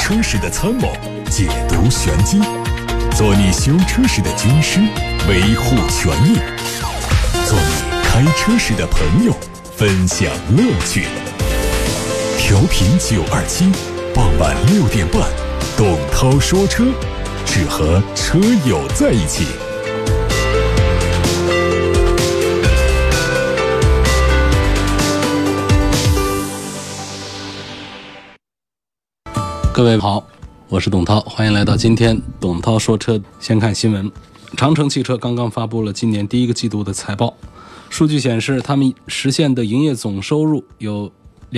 车时的参谋，解读玄机，做你修车时的军师，维护权益，做你开车时的朋友，分享乐趣。调频927，傍晚6点半，董涛说车，只和车友在一起。 各位好，我是董涛，欢迎来到今天董涛说车。先看新闻，长城汽车刚刚发布了今年第一个季度的财报，数据显示他们实现的营业总收入有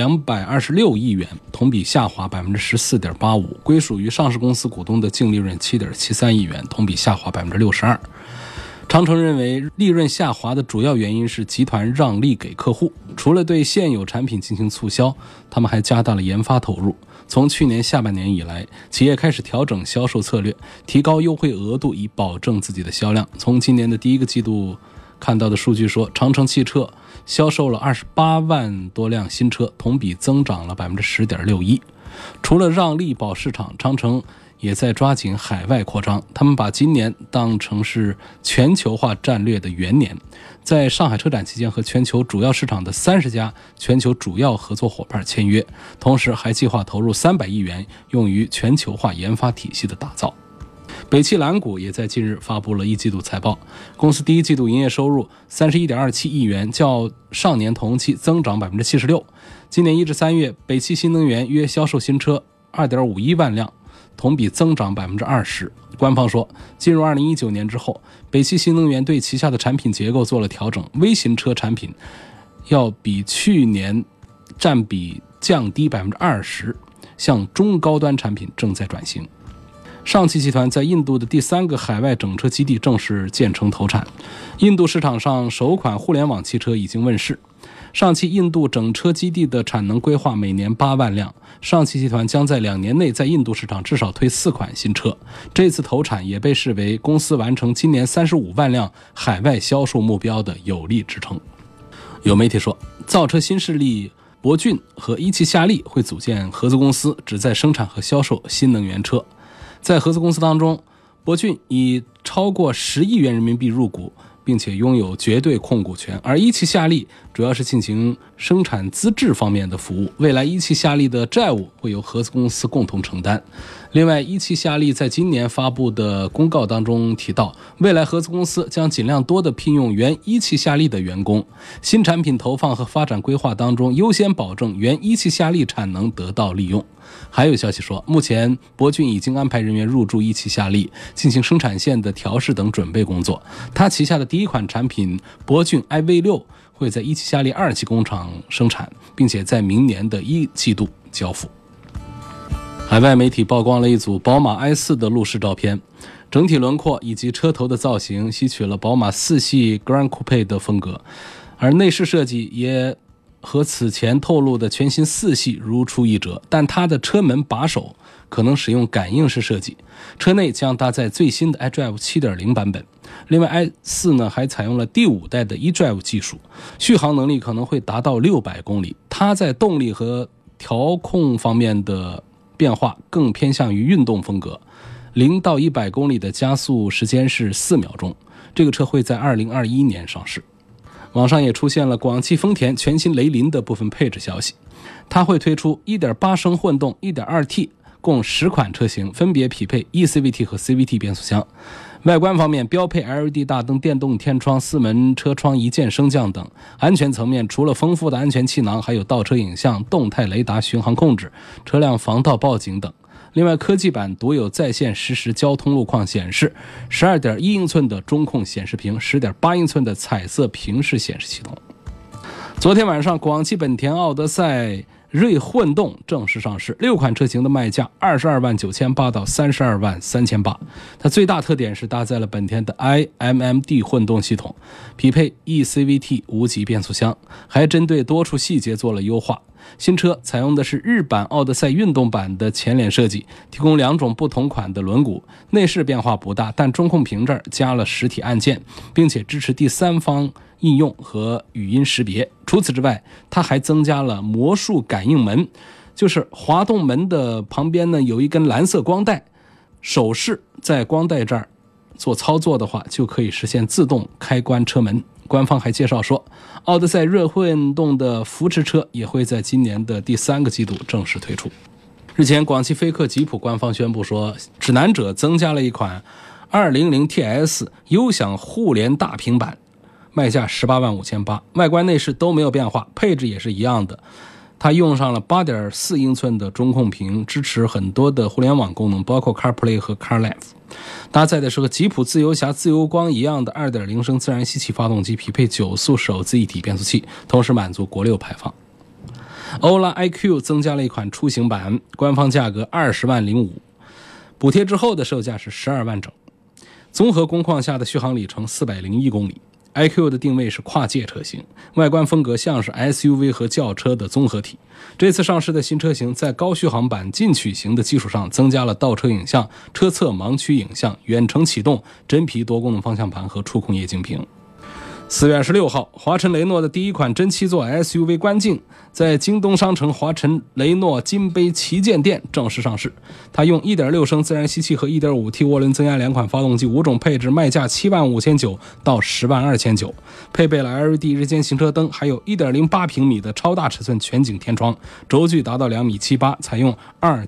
226亿元，同比下滑 14.85%， 归属于上市公司股东的净利润 7.73 亿元，同比下滑 62%。长城认为利润下滑的主要原因是集团让利给客户，除了对现有产品进行促销，他们还加大了研发投入。从去年下半年以来，企业开始调整销售策略，提高优惠额度以保证自己的销量。从今年的第一个季度看到的数据说，长城汽车销售了28万多辆新车，同比增长了 10.61%。 除了让利保市场，长城也在抓紧海外扩张，他们把今年当成是全球化战略的元年，在上海车展期间和全球主要市场的30家全球主要合作伙伴签约，同时还计划投入300亿元用于全球化研发体系的打造。北汽蓝谷也在近日发布了一季度财报，公司第一季度营业收入 31.27 亿元，较上年同期增长 76%。 今年1至3月，北汽新能源约销售新车 2.51 万辆，同比增长 20%。 官方说，进入2019年之后，北汽新能源对旗下的产品结构做了调整，微型车产品要比去年占比降低 20%， 向中高端产品正在转型。上汽集团在印度的第3个海外整车基地正式建成投产，印度市场上首款互联网汽车已经问世。上汽印度整车基地的产能规划每年8万辆，上汽集团将在2年内在印度市场至少推4款新车。这次投产也被视为公司完成今年35万辆海外销售目标的有力支撑。有媒体说，造车新势力博骏和一汽夏利会组建合资公司，旨在生产和销售新能源车。在合资公司当中，博骏以超过10亿元人民币入股，并且拥有绝对控股权，而一汽夏利主要是进行生产资质方面的服务，未来一汽夏利的债务会由合资公司共同承担。另外，一汽夏利在今年发布的公告当中提到，未来合资公司将尽量多的聘用原一汽夏利的员工，新产品投放和发展规划当中优先保证原一汽夏利产能得到利用。还有消息说，目前博骏已经安排人员入驻一汽夏利，进行生产线的调试等准备工作。他旗下的第一款产品博骏 iV6 会在一汽夏利2期工厂生产，并且在明年的1季度交付。海外媒体曝光了一组宝马 i4 的路试照片，整体轮廓以及车头的造型吸取了宝马4系 Grand Coupe 的风格，而内饰设计也和此前透露的全新4系如出一辙，但它的车门把手可能使用感应式设计，车内将搭载最新的 iDrive 7.0 版本。另外 i4 呢还采用了第5代的 eDrive 技术，续航能力可能会达到600公里。它在动力和调控方面的变化更偏向于运动风格，0到100公里的加速时间是4秒钟。这个车会在2021年上市。网上也出现了广汽丰田全新雷凌的部分配置消息，它会推出 1.8 升混动 1.2T 共10款车型，分别匹配 eCVT 和 CVT 变速箱。外观方面，标配 LED 大灯、电动天窗、4门车窗一键升降等。安全层面，除了丰富的安全气囊，还有倒车影像、动态雷达巡航控制、车辆防盗报警等。另外，科技版独有在线实时交通路况显示， 12.1 英寸的中控显示屏， 10.8 英寸的彩色屏式显示系统。昨天晚上，广汽本田奥德赛锐混动正式上市，6款车型的卖价22万9800到32万3800。它最大特点是搭载了本田的 iMMD 混动系统，匹配 eCVT 无级变速箱，还针对多处细节做了优化。新车采用的是日版奥德赛运动版的前脸设计，提供2种不同款的轮毂，内饰变化不大，但中控屏这儿加了实体按键，并且支持第三方应用和语音识别。除此之外，它还增加了魔术感应门， 就是滑动门的旁边呢有一根蓝色光带，手势在光带这儿做操作的话，就可以实现自动开关车门。官方还介绍说，奥德赛热混动的扶持车也会在今年的第3个季度正式推出。日前，广汽菲克吉普官方宣布说，指南者增加了一款200 TS 优享互联大平板，卖价185800，外观内饰都没有变化，配置也是一样的。它用上了 8.4 英寸的中控屏，支持很多的互联网功能，包括 CarPlay 和 CarLife。搭载的是和吉普自由侠自由光一样的 2.0 升自然吸气发动机，匹配9速手自一体变速器，同时满足国6排放。欧拉 iQ 增加了一款出行版，官方价格20.05万，补贴之后的售价是12万整，综合工况下的续航里程401公里。iQ 的定位是跨界车型，外观风格像是 SUV 和轿车的综合体。这次上市的新车型在高续航版进取型的基础上，增加了倒车影像、车侧盲区影像、远程启动、真皮多功能方向盘和触控液晶屏。4月26号，华晨雷诺的第一款真7座 SUV 观境在京东商城华晨雷诺金杯旗舰店正式上市。它用 1.6 升自然吸气和 1.5T 涡轮增压2款发动机，5种配置，卖价75900到102900，配备了 LED 日间行车灯，还有 1.08 平米的超大尺寸全景天窗，轴距达到2.78米，采用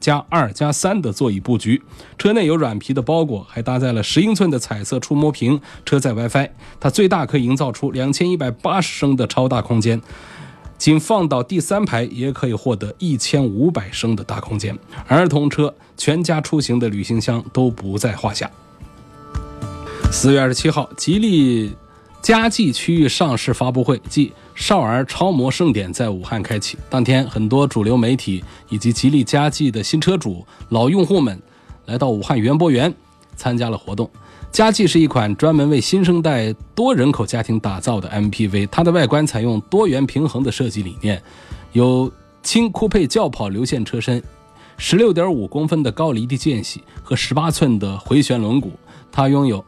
2+2+3 的座椅布局。车内有软皮的包裹，还搭载了10英寸的彩色触摸屏，车载 WiFi。它最大可以营造出2180升的超大空间，仅放到第3排也可以获得1500升的大空间。儿童车、全家出行的旅行箱都不在话下。4月27号，吉利嘉际区域上市发布会即少儿超模盛典在武汉开启。当天，很多主流媒体以及吉利嘉际的新车主、老用户们来到武汉园博园参加了活动。嘉际是一款专门为新生代多人口家庭打造的 MPV， 它的外观采用多元平衡的设计理念，有轻酷配轿跑流线车身， 16.5 公分的高离地间隙和18寸的回旋轮毂。它拥有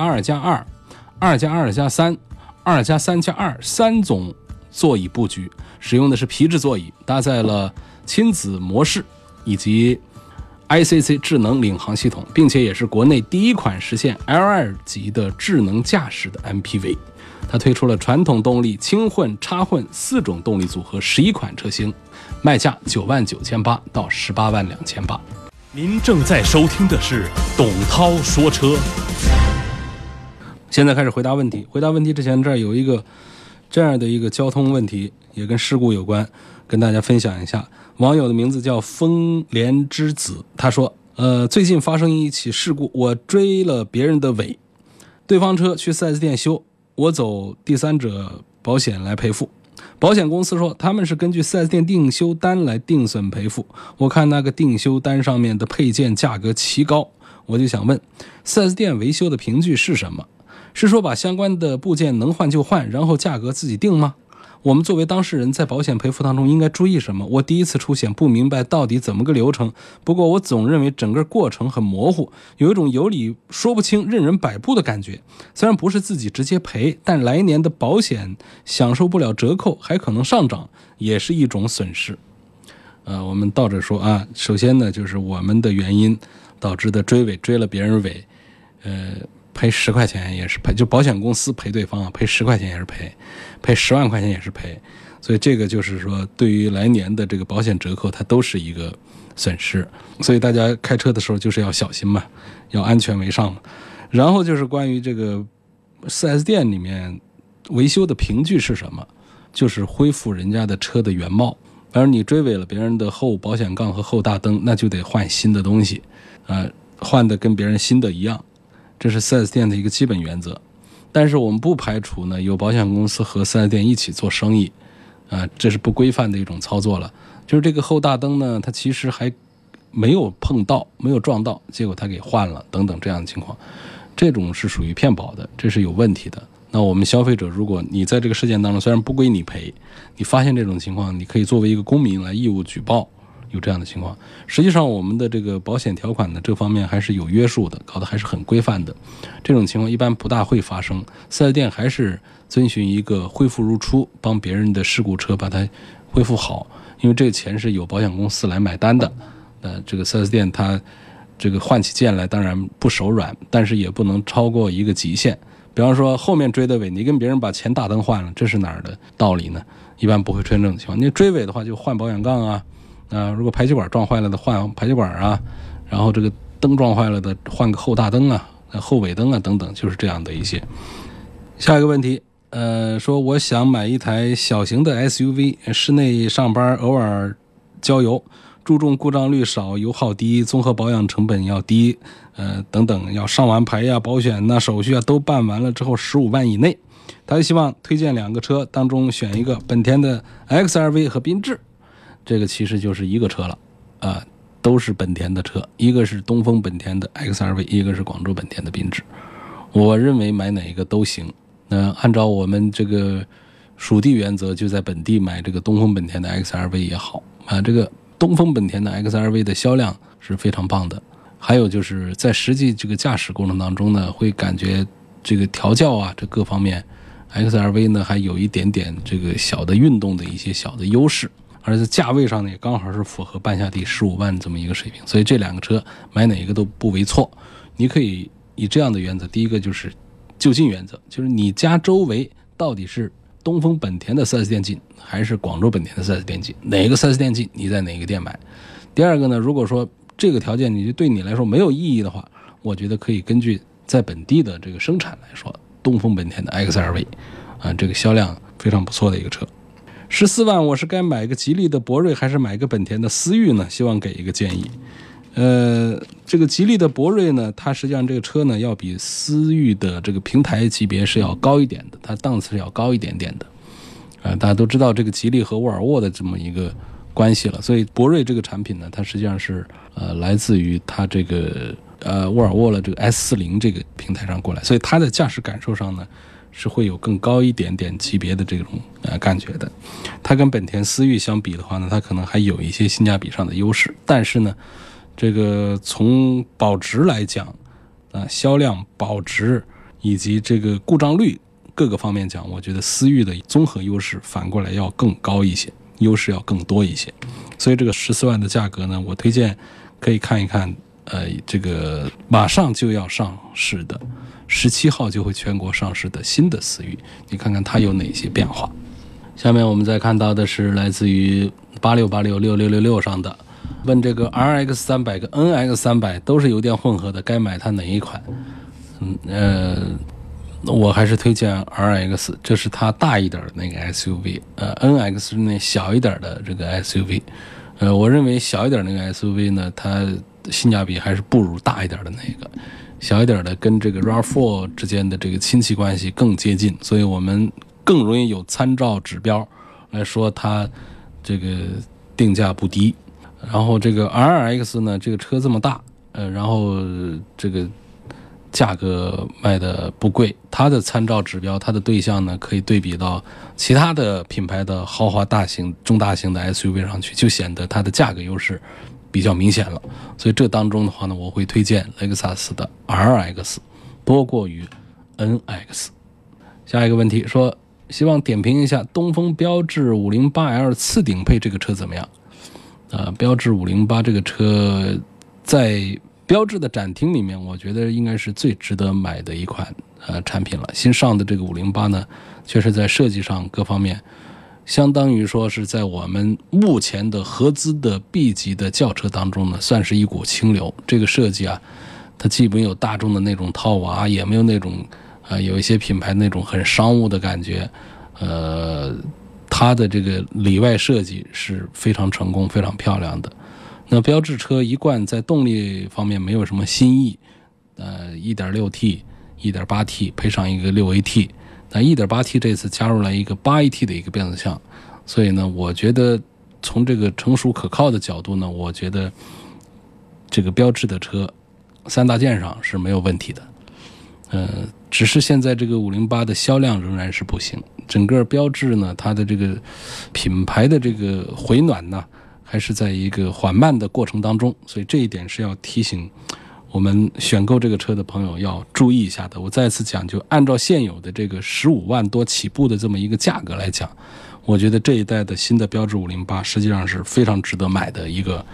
2+2+2、2+2+3、2+3+2 3种座椅布局，使用的是皮质座椅，搭载了亲子模式以及ICC 智能领航系统，并且也是国内第一款实现 L2 级的智能驾驶的 MPV。 它推出了传统动力、轻混、插混4种动力组合，11款车型，卖价99800到182800。 您正在收听的是董涛说车。 现在开始回答问题。回答问题之前，这儿有一个这样的一个交通问题，也跟事故有关，跟大家分享一下。网友的名字叫风莲之子，他说最近发生一起事故，我追了别人的尾，对方车去 4S 店修，我走第三者保险来赔付。保险公司说他们是根据 4S 店定修单来定损赔付，我看那个定修单上面的配件价格奇高，我就想问 4S 店维修的凭据是什么？是说把相关的部件能换就换，然后价格自己定吗？我们作为当事人在保险赔付当中应该注意什么？我第一次出险，不明白到底怎么个流程，不过我总认为整个过程很模糊，有一种有理说不清、任人摆布的感觉。虽然不是自己直接赔，但来年的保险享受不了折扣，还可能上涨，也是一种损失。我们倒着说啊，首先呢，就是我们的原因导致的追尾，追了别人尾，赔10块钱也是赔，就保险公司赔对方赔10块钱也是赔，赔10万块钱也是赔，所以这个就是说，对于来年的这个保险折扣，它都是一个损失。所以大家开车的时候就是要小心嘛，要安全为上嘛。然后就是关于这个 4S 店里面维修的凭据是什么？就是恢复人家的车的原貌。而你追尾了别人的后保险杠和后大灯，那就得换新的东西，换的跟别人新的一样。这是 4S 店的一个基本原则，但是我们不排除呢有保险公司和 4S 店一起做生意，这是不规范的一种操作了。就是这个后大灯呢，它其实还没有碰到，没有撞到，结果它给换了，等等这样的情况，这种是属于骗保的，这是有问题的。那我们消费者，如果你在这个事件当中虽然不归你赔，你发现这种情况，你可以作为一个公民来义务举报。有这样的情况，实际上我们的这个保险条款呢，这方面还是有约束的，搞得还是很规范的。这种情况一般不大会发生。4S店还是遵循一个恢复如初，帮别人的事故车把它恢复好， 因为这个钱是由保险公司来买单的。这个 4S 店它这个换起件来当然不手软，但是也不能超过一个极限。比方说后面追的尾，你跟别人把前大灯换了，这是哪儿的道理呢？一般不会出现这种情况。你追尾的话就换保险杠啊，如果排气管撞坏了的换排气管啊，然后这个灯撞坏了的换个后大灯啊、后尾灯啊等等，就是这样的一些。下一个问题，说我想买一台小型的 SUV， 室内上班偶尔郊游，注重故障率少、油耗低、综合保养成本要低，等等，要上完牌呀、保险呐、手续啊都办完了之后15万以内。他就希望推荐2个车当中选一个，本田的 XRV 和缤智。这个其实就是一个车了都是本田的车，一个是东风本田的 XRV， 一个是广州本田的缤智。我认为买哪一个都行。按照我们这个属地原则，就在本地买这个东风本田的 XRV 也好这个东风本田的 XRV 的销量是非常棒的。还有就是在实际这个驾驶过程当中呢，会感觉这个调教啊，这各方面 XRV 呢还有一点点这个小的运动的一些小的优势，而在价位上呢也刚好是符合半下地15万这么一个水平，所以这2个车买哪一个都不为错。你可以以这样的原则，第一个就是就近原则，就是你家周围到底是东风本田的 4S 店近还是广州本田的 4S 店近，哪个 4S 店近你在哪个店买。第二个呢，如果说这个条件你对你来说没有意义的话，我觉得可以根据在本地的这个生产来说，东风本田的 XRV 这个销量非常不错的一个车。14万我是该买个吉利的博瑞还是买个本田的思域呢？希望给一个建议。这个吉利的博瑞呢，它实际上这个车呢要比思域的这个平台级别是要高一点的，它档次是要高一点点的。大家都知道这个吉利和沃尔沃的这么一个关系了，所以博瑞这个产品呢，它实际上是来自于它这个沃尔沃的这个 S40 这个平台上过来，所以它的驾驶感受上呢是会有更高一点点级别的这种感觉的。它跟本田思域相比的话呢，它可能还有一些性价比上的优势，但是呢这个从保值来讲销量、保值以及这个故障率各个方面讲，我觉得思域的综合优势反过来要更高一些，优势要更多一些。所以这个14万的价格呢，我推荐可以看一看这个马上就要上市的17号就会全国上市的新的思域，你看看它有哪些变化。下面我们再看到的是来自于86866666上的，问这个 RX300 跟 NX300 都是油电混合的，该买它哪一款？我还是推荐 RX， 这是它大一点的那个 SUV，NX 是那小一点的这个 SUV。我认为小一点那个 SUV 呢，它性价比还是不如大一点的那个。小一点的跟这个 RAV4 之间的这个亲戚关系更接近，所以我们更容易有参照指标来说它这个定价不低。然后这个 RX 呢，这个车这么大，然后这个价格卖的不贵，它的参照指标，它的对象呢，可以对比到其他的品牌的豪华大型、中大型的 SUV 上去，就显得它的价格优势比较明显了。所以这当中的话呢，我会推荐雷克萨斯的 RX 多过于 NX。下一个问题说，希望点评一下东风标致 508L 次顶配这个车怎么样？标致508这个车在标致的展厅里面，我觉得应该是最值得买的一款产品了。新上的这个508呢，确实在设计上各方面，相当于说是在我们目前的合资的 B 级的轿车当中呢，算是一股清流。这个设计它既没有大众的那种套娃，也没有那种有一些品牌那种很商务的感觉，它的这个里外设计是非常成功、非常漂亮的。那标致车一贯在动力方面没有什么新意，1.6T、1.8T 配上一个 6AT， 那 1.8T 这次加入了一个 8AT 的一个变速箱，所以呢，我觉得从这个成熟可靠的角度呢，我觉得这个标致的车3大件上是没有问题的。只是现在这个508的销量仍然是不行，整个标致呢，它的这个品牌的这个回暖呢，还是在一个缓慢的过程当中，所以这一点是要提醒我们选购这个车的朋友要注意一下的。我再次讲，就按照现有的这个15万多起步的这么一个价格来讲， 我觉得这一代的新的标致508实际上是非常值得买的一个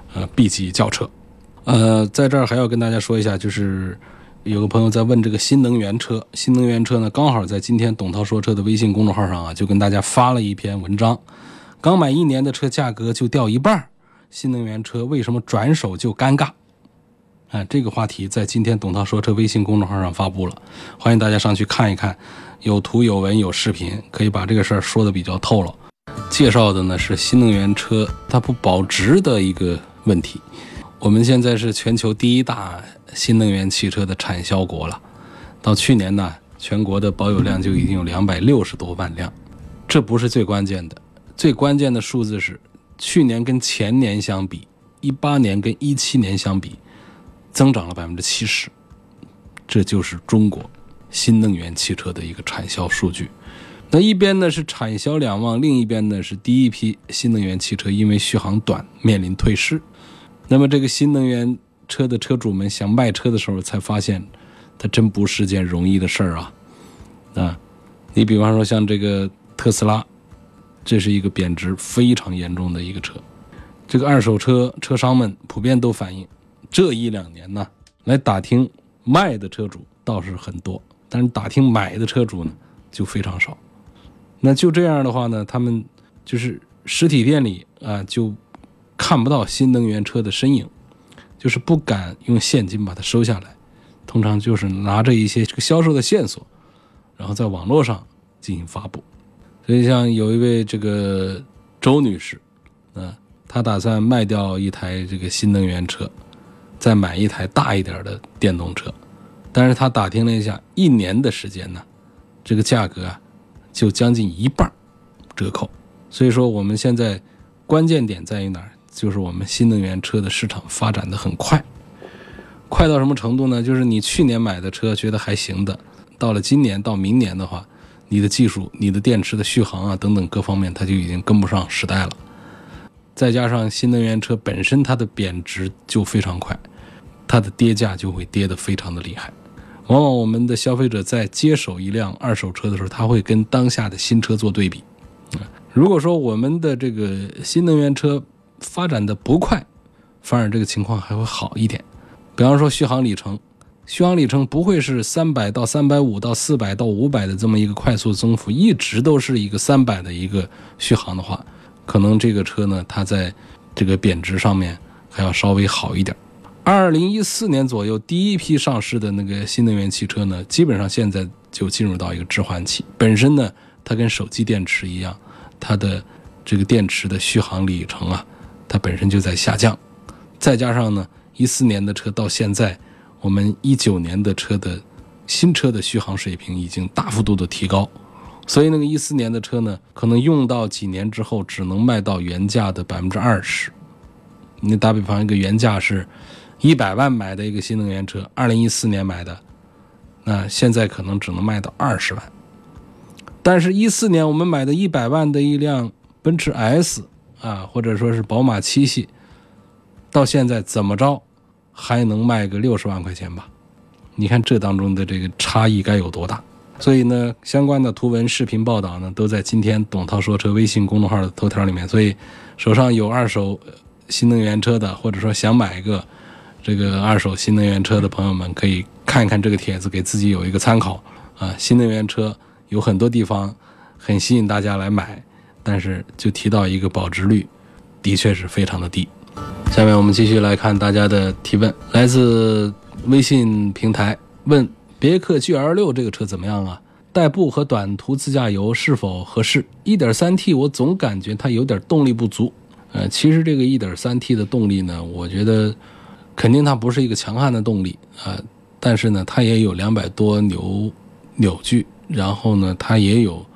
B 级轿车。在这儿还要跟大家说一下，就是有个朋友在问这个新能源车，新能源车呢刚好在今天董涛说车的微信公众号上啊，就跟大家发了一篇文章，刚买1年的车价格就掉一半，新能源车为什么转手就尴尬？这个话题在今天董涛说车微信公众号上发布了，欢迎大家上去看一看，有图有文有视频，可以把这个事儿说得比较透了。介绍的呢是新能源车它不保值的一个问题。我们现在是全球第1大新能源汽车的产销国了，到去年呢，全国的保有量就已经有260多万辆。这不是最关键的，最关键的数字是去年跟前年相比，18年跟17年相比增长了70%，这就是中国新能源汽车的一个产销数据。那一边呢是产销两旺，另一边呢是第一批新能源汽车因为续航短面临退市。那么这个新能源车的车主们想卖车的时候才发现，它真不是件容易的事儿啊！你比方说像这个特斯拉，这是一个贬值非常严重的一个车。这个二手车车商们普遍都反映，这1-2年呢，来打听卖的车主倒是很多，但是打听买的车主呢就非常少。那就这样的话呢，他们就是实体店里就看不到新能源车的身影，就是不敢用现金把它收下来，通常就是拿着一些这个销售的线索，然后在网络上进行发布。所以像有一位这个周女士她打算卖掉一台这个新能源车，再买一台大一点的电动车，但是她打听了一下，1年的时间呢，这个价格就将近1半折扣。所以说我们现在关键点在于哪儿？就是我们新能源车的市场发展的很快，快到什么程度呢？就是你去年买的车觉得还行的，到了今年到明年的话，你的技术、你的电池的续航等等各方面，它就已经跟不上时代了。再加上新能源车本身它的贬值就非常快，它的跌价就会跌得非常的厉害。往往我们的消费者在接手一辆二手车的时候，他会跟当下的新车做对比。如果说我们的这个新能源车发展的不快，反而这个情况还会好一点。比方说续航里程不会是300到350到400到500的这么一个快速增幅，一直都是一个300的一个续航的话，可能这个车呢，它在这个贬值上面还要稍微好一点。2014年左右第一批上市的那个新能源汽车呢，基本上现在就进入到一个置换期。本身呢，它跟手机电池一样，它的这个电池的续航里程它本身就在下降。再加上呢，14年的车到现在，我们19年的车的新车的续航水平已经大幅度的提高，所以那个14年的车呢，可能用到几年之后只能卖到原价的20%。你打比方，一个原价是100万买的一个新能源车，2014年买的，那现在可能只能卖到20万。但是14年我们买的100万的一辆奔驰 S或者说是宝马7系，到现在怎么着还能卖个60万块钱吧？你看这当中的这个差异该有多大？所以呢，相关的图文视频报道呢，都在今天董涛说车微信公众号的头条里面。所以手上有二手新能源车的，或者说想买一个这个二手新能源车的朋友们，可以看一看这个帖子，给自己有一个参考新能源车有很多地方很吸引大家来买，但是就提到一个保值率的确是非常的低。下面我们继续来看大家的提问，来自微信平台问别克 GL6 这个车怎么样啊？代步和短途自驾游是否合适？ 1.3T 我总感觉它有点动力不足。其实这个 1.3T 的动力呢，我觉得肯定它不是一个强悍的动力但是呢它也有200多扭矩，然后呢它也有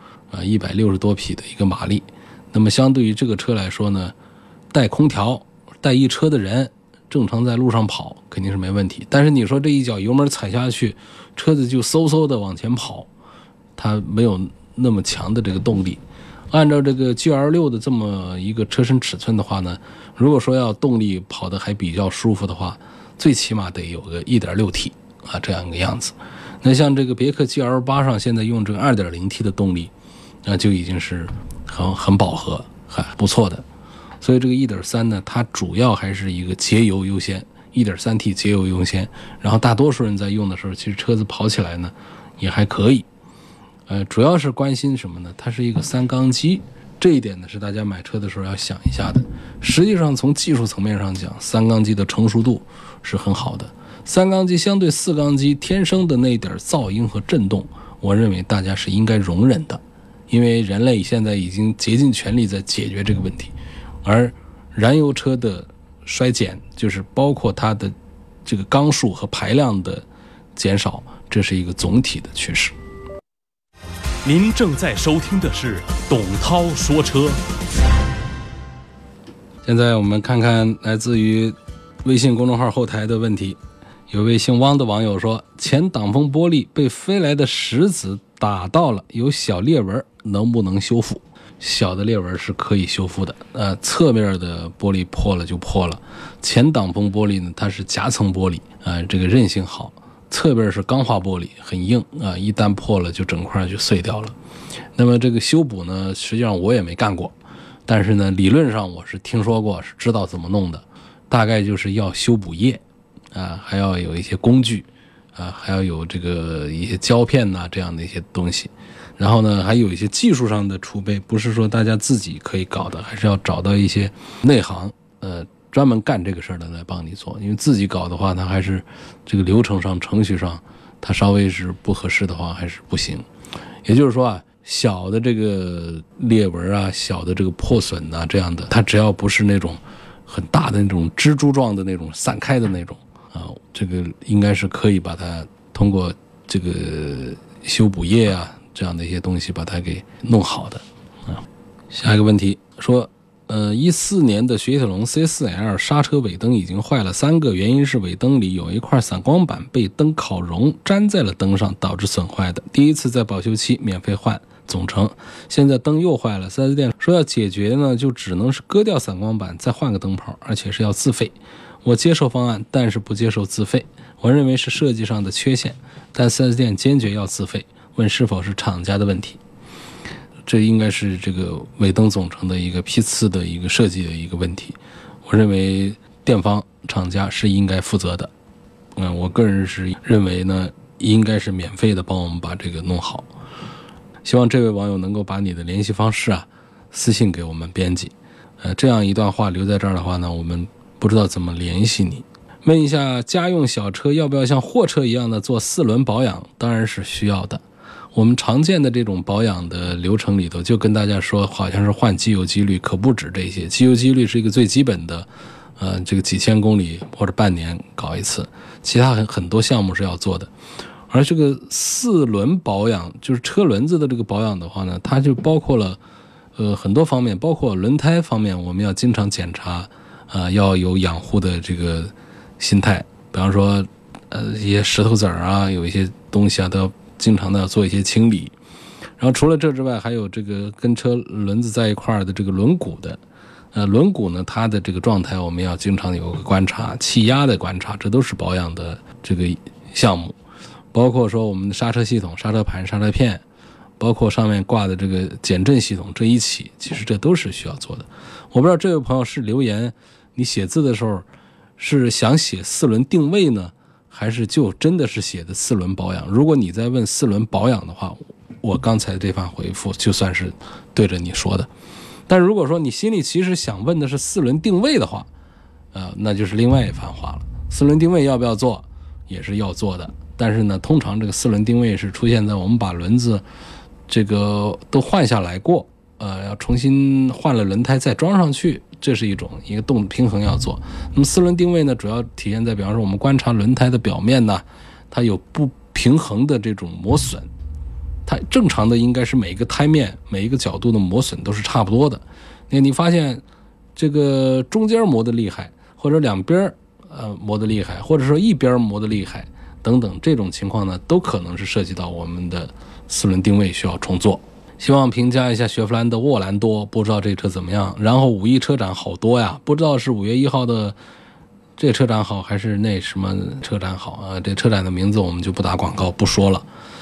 160多匹的一个马力。那么相对于这个车来说呢，带空调带一车的人正常在路上跑肯定是没问题，但是你说这一脚油门踩下去，车子就嗖嗖的往前跑，它没有那么强的这个动力。按照这个 GL6 的这么一个车身尺寸的话呢，如果说要动力跑得还比较舒服的话，最起码得有个 1.6T 这样一个样子。那像这个别克 GL8 上现在用这个 2.0T 的动力， 就已经是很饱和很不错的。所以这个 1.3 呢，它主要还是一个节油优先， 1.3T 节油优先，然后大多数人在用的时候，其实车子跑起来呢也还可以。主要是关心什么呢？它是一个3缸机，这一点呢是大家买车的时候要想一下的。实际上从技术层面上讲，3缸机的成熟度是很好的。3缸机相对4缸机天生的那点噪音和震动，我认为大家是应该容忍的，因为人类现在已经竭尽全力在解决这个问题。而燃油车的衰减，就是包括它的这个缸数和排量的减少，这是一个总体的趋势。 您正在收听的是董涛说车。 现在我们看看来自于微信公众号后台的问题。有位姓汪的网友说，前挡风玻璃被飞来的石子打到了，有小裂纹，能不能修复？小的裂纹是可以修复的，侧面的玻璃破了就破了。前挡风玻璃呢，它是夹层玻璃，这个韧性好。侧边是钢化玻璃，很硬一旦破了就整块就碎掉了。那么这个修补呢，实际上我也没干过，但是呢，理论上我是听说过，是知道怎么弄的。大概就是要修补液还要有一些工具还要有这个一些胶片这样的一些东西。然后呢，还有一些技术上的储备，不是说大家自己可以搞的，还是要找到一些内行专门干这个事儿的来帮你做。因为自己搞的话，它还是这个流程上程序上它稍微是不合适的话还是不行。也就是说小的这个裂纹小的这个破损这样的，它只要不是那种很大的那种蜘蛛状的那种散开的那种这个应该是可以把它通过这个修补液这样的一些东西把它给弄好的下一个问题说14年的雪铁龙 C4L 刹车尾灯已经坏了3个，原因是尾灯里有一块散光板被灯烤融粘在了灯上导致损坏的，第一次在保修期免费换总成，现在灯又坏了，4S店说要解决呢，就只能是割掉散光板再换个灯泡，而且是要自费。我接受方案，但是不接受自费，我认为是设计上的缺陷，但 4S 店坚决要自费，问是否是厂家的问题。这应该是这个尾灯总成的一个批次的一个设计的一个问题，我认为店方厂家是应该负责的。我个人是认为呢，应该是免费的帮我们把这个弄好。希望这位网友能够把你的联系方式私信给我们编辑。这样一段话留在这儿的话呢，我们不知道怎么联系你。问一下，家用小车要不要像货车一样的做4轮保养？当然是需要的。我们常见的这种保养的流程里头，就跟大家说，好像是换机油机滤，可不止这些。机油机滤是一个最基本的，这个几千公里或者半年搞一次，其他很多项目是要做的。而这个4轮保养，就是车轮子的这个保养的话呢，它就包括了很多方面，包括轮胎方面，我们要经常检查，要有养护的这个心态。比方说一些石头子儿有一些东西都要经常的要做一些清理。然后除了这之外，还有这个跟车轮子在一块儿的这个轮毂的轮毂呢，它的这个状态我们要经常有个观察，气压的观察，这都是保养的这个项目。包括说我们的刹车系统、刹车盘、刹车片，包括上面挂的这个减震系统，这一起其实这都是需要做的。我不知道这位朋友是留言，你写字的时候是想写4轮定位呢，还是就真的是写的4轮保养？如果你在问4轮保养的话，我刚才这番回复就算是对着你说的。但如果说你心里其实想问的是4轮定位的话，那就是另外一番话了。4轮定位要不要做，也是要做的。但是呢，通常这个4轮定位是出现在我们把轮子这个都换下来过，要重新换了轮胎再装上去，这是一个动平衡要做。那么4轮定位呢，主要体现在比方说我们观察轮胎的表面呢，它有不平衡的这种磨损。它正常的应该是每一个胎面每一个角度的磨损都是差不多的。那你发现这个中间磨得厉害，或者两边磨得厉害，或者说一边磨得厉害等等，这种情况呢，都可能是涉及到我们的4轮定位需要重做。希望评价一下雪佛兰的沃兰多，不知道这车怎么样。然后5一车展好多呀，不知道是5月1号的这车展好，还是那什么车展好这车展的名字我们就不打广告不说了。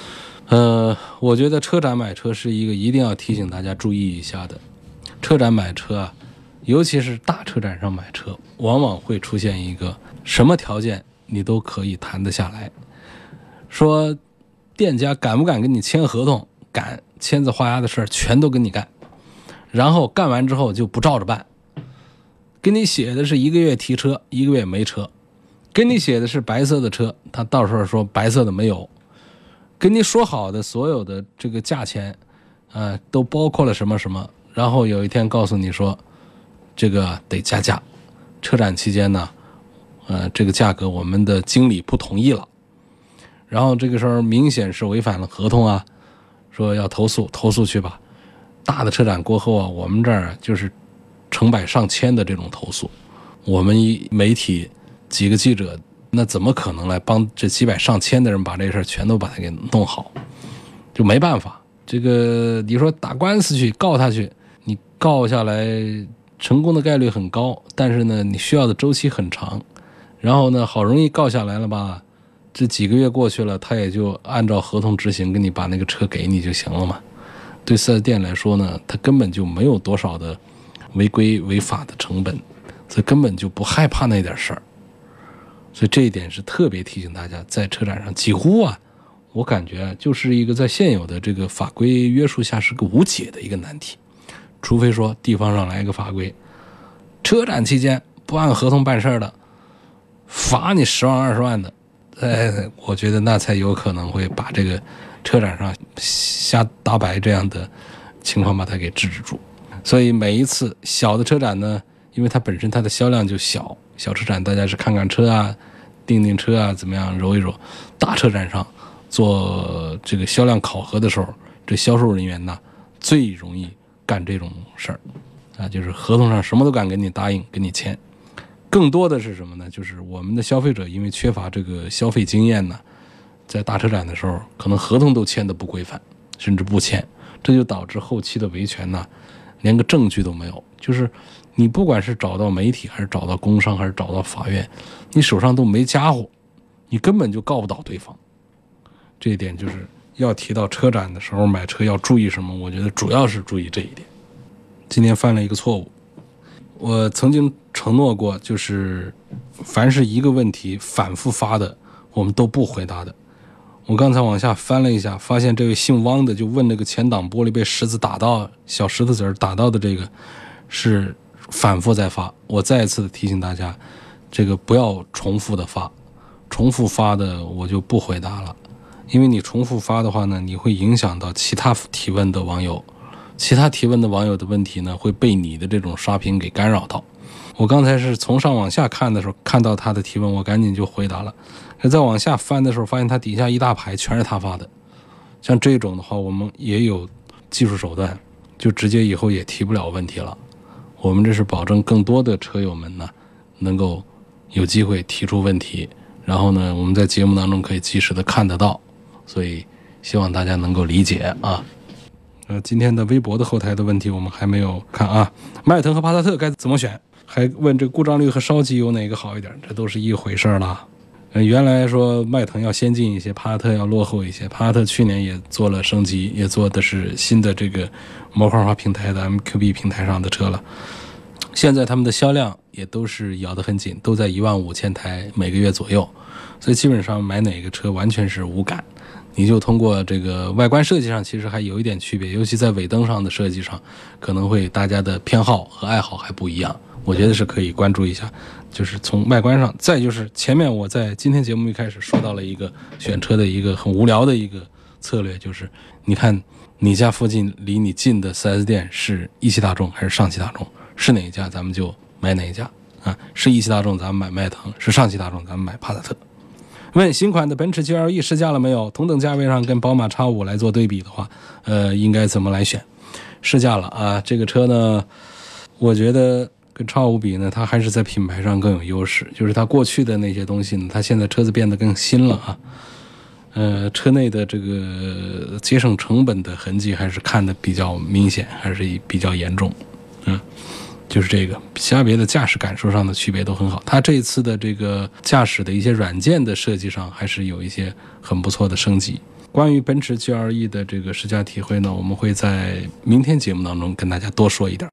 我觉得车展买车是一个一定要提醒大家注意一下的。车展买车啊，尤其是大车展上买车，往往会出现一个什么条件你都可以谈得下来。说店家敢不敢跟你签合同，敢，签字画押的事儿全都跟你干，然后干完之后就不照着办。跟你写的是1个月提车，1个月没车，跟你写的是白色的车，他到时候说白色的没有，跟你说好的所有的这个价钱都包括了什么什么，然后有一天告诉你说这个得加价，车展期间呢这个价格我们的经理不同意了，然后这个时候明显是违反了合同啊，说要投诉，投诉去吧。大的车展过后啊，我们这儿就是成百上千的这种投诉，我们媒体几个记者那怎么可能来帮这几百上千的人把这事儿全都把它给弄好？就没办法，这个你说打官司去告他去，你告下来成功的概率很高，但是呢你需要的周期很长，然后呢好容易告下来了吧，这几个月过去了，他也就按照合同执行，给你把那个车给你就行了嘛。对4S店来说呢，他根本就没有多少的违规违法的成本，所以根本就不害怕那点事儿。所以这一点是特别提醒大家，在车展上几乎啊，我感觉就是一个在现有的这个法规约束下是个无解的一个难题。除非说地方上来一个法规，车展期间不按合同办事的，罚你10万20万的，我觉得那才有可能会把这个车展上瞎打摆这样的情况把它给制止住。所以每一次小的车展呢，因为它本身它的销量就小，小车展大家是看看车啊，订订车啊，怎么样揉一揉。大车展上做这个销量考核的时候，这销售人员呢最容易干这种事儿啊，就是合同上什么都敢给你答应给你签。更多的是什么呢？就是我们的消费者因为缺乏这个消费经验呢，在大车展的时候可能合同都签得不规范，甚至不签，这就导致后期的维权呢连个证据都没有。就是你不管是找到媒体还是找到工商还是找到法院，你手上都没家伙，你根本就告不倒对方。这一点就是要提到车展的时候买车要注意什么，我觉得主要是注意这一点。今天犯了一个错误，我曾经承诺过，就是凡是一个问题反复发的我们都不回答的。我刚才往下翻了一下，发现这位姓汪的就问那个前挡玻璃被石子打到，小石头子打到的这个是反复在发。我再一次的提醒大家，这个不要重复的发，重复发的我就不回答了。因为你重复发的话呢，你会影响到其他提问的网友，其他提问的网友的问题呢会被你的这种刷屏给干扰到。我刚才是从上往下看的时候看到他的提问，我赶紧就回答了。再往下翻的时候发现他底下一大排全是他发的，像这种的话我们也有技术手段，就直接以后也提不了问题了。我们这是保证更多的车友们呢能够有机会提出问题，然后呢我们在节目当中可以及时的看得到，所以希望大家能够理解啊。今天的微博的后台的问题我们还没有看啊。迈腾和帕萨特该怎么选，还问这个故障率和烧机有哪个好一点，这都是一回事了。原来说迈腾要先进一些，帕萨特要落后一些。帕萨特去年也做了升级，也做的是新的这个模块化平台的 MQB 平台上的车了。现在他们的销量也都是咬得很紧，都在15000台每个月左右，所以基本上买哪个车完全是无感。你就通过这个外观设计上其实还有一点区别，尤其在尾灯上的设计上可能会大家的偏好和爱好还不一样，我觉得是可以关注一下，就是从外观上。再就是前面我在今天节目一开始说到了一个选车的一个很无聊的一个策略，就是你看你家附近离你近的 4S 店是一汽大众还是上汽大众，是哪一家咱们就买哪一家啊，是一汽大众咱们买迈腾，是上汽大众咱们买帕萨特。问新款的奔驰 GLE 试驾了没有？同等价位上跟宝马 X5 来做对比的话，应该怎么来选？试驾了啊，这个车呢，我觉得跟 X5 比呢，它还是在品牌上更有优势，就是它过去的那些东西呢，它现在车子变得更新了啊。车内的这个节省成本的痕迹还是看得比较明显，还是比较严重。就是这个其他别的驾驶感受上的区别都很好。它这一次的这个驾驶的一些软件的设计上还是有一些很不错的升级。 关于奔驰 GLE 的这个试驾体会呢，我们会在明天节目当中跟大家多说一点。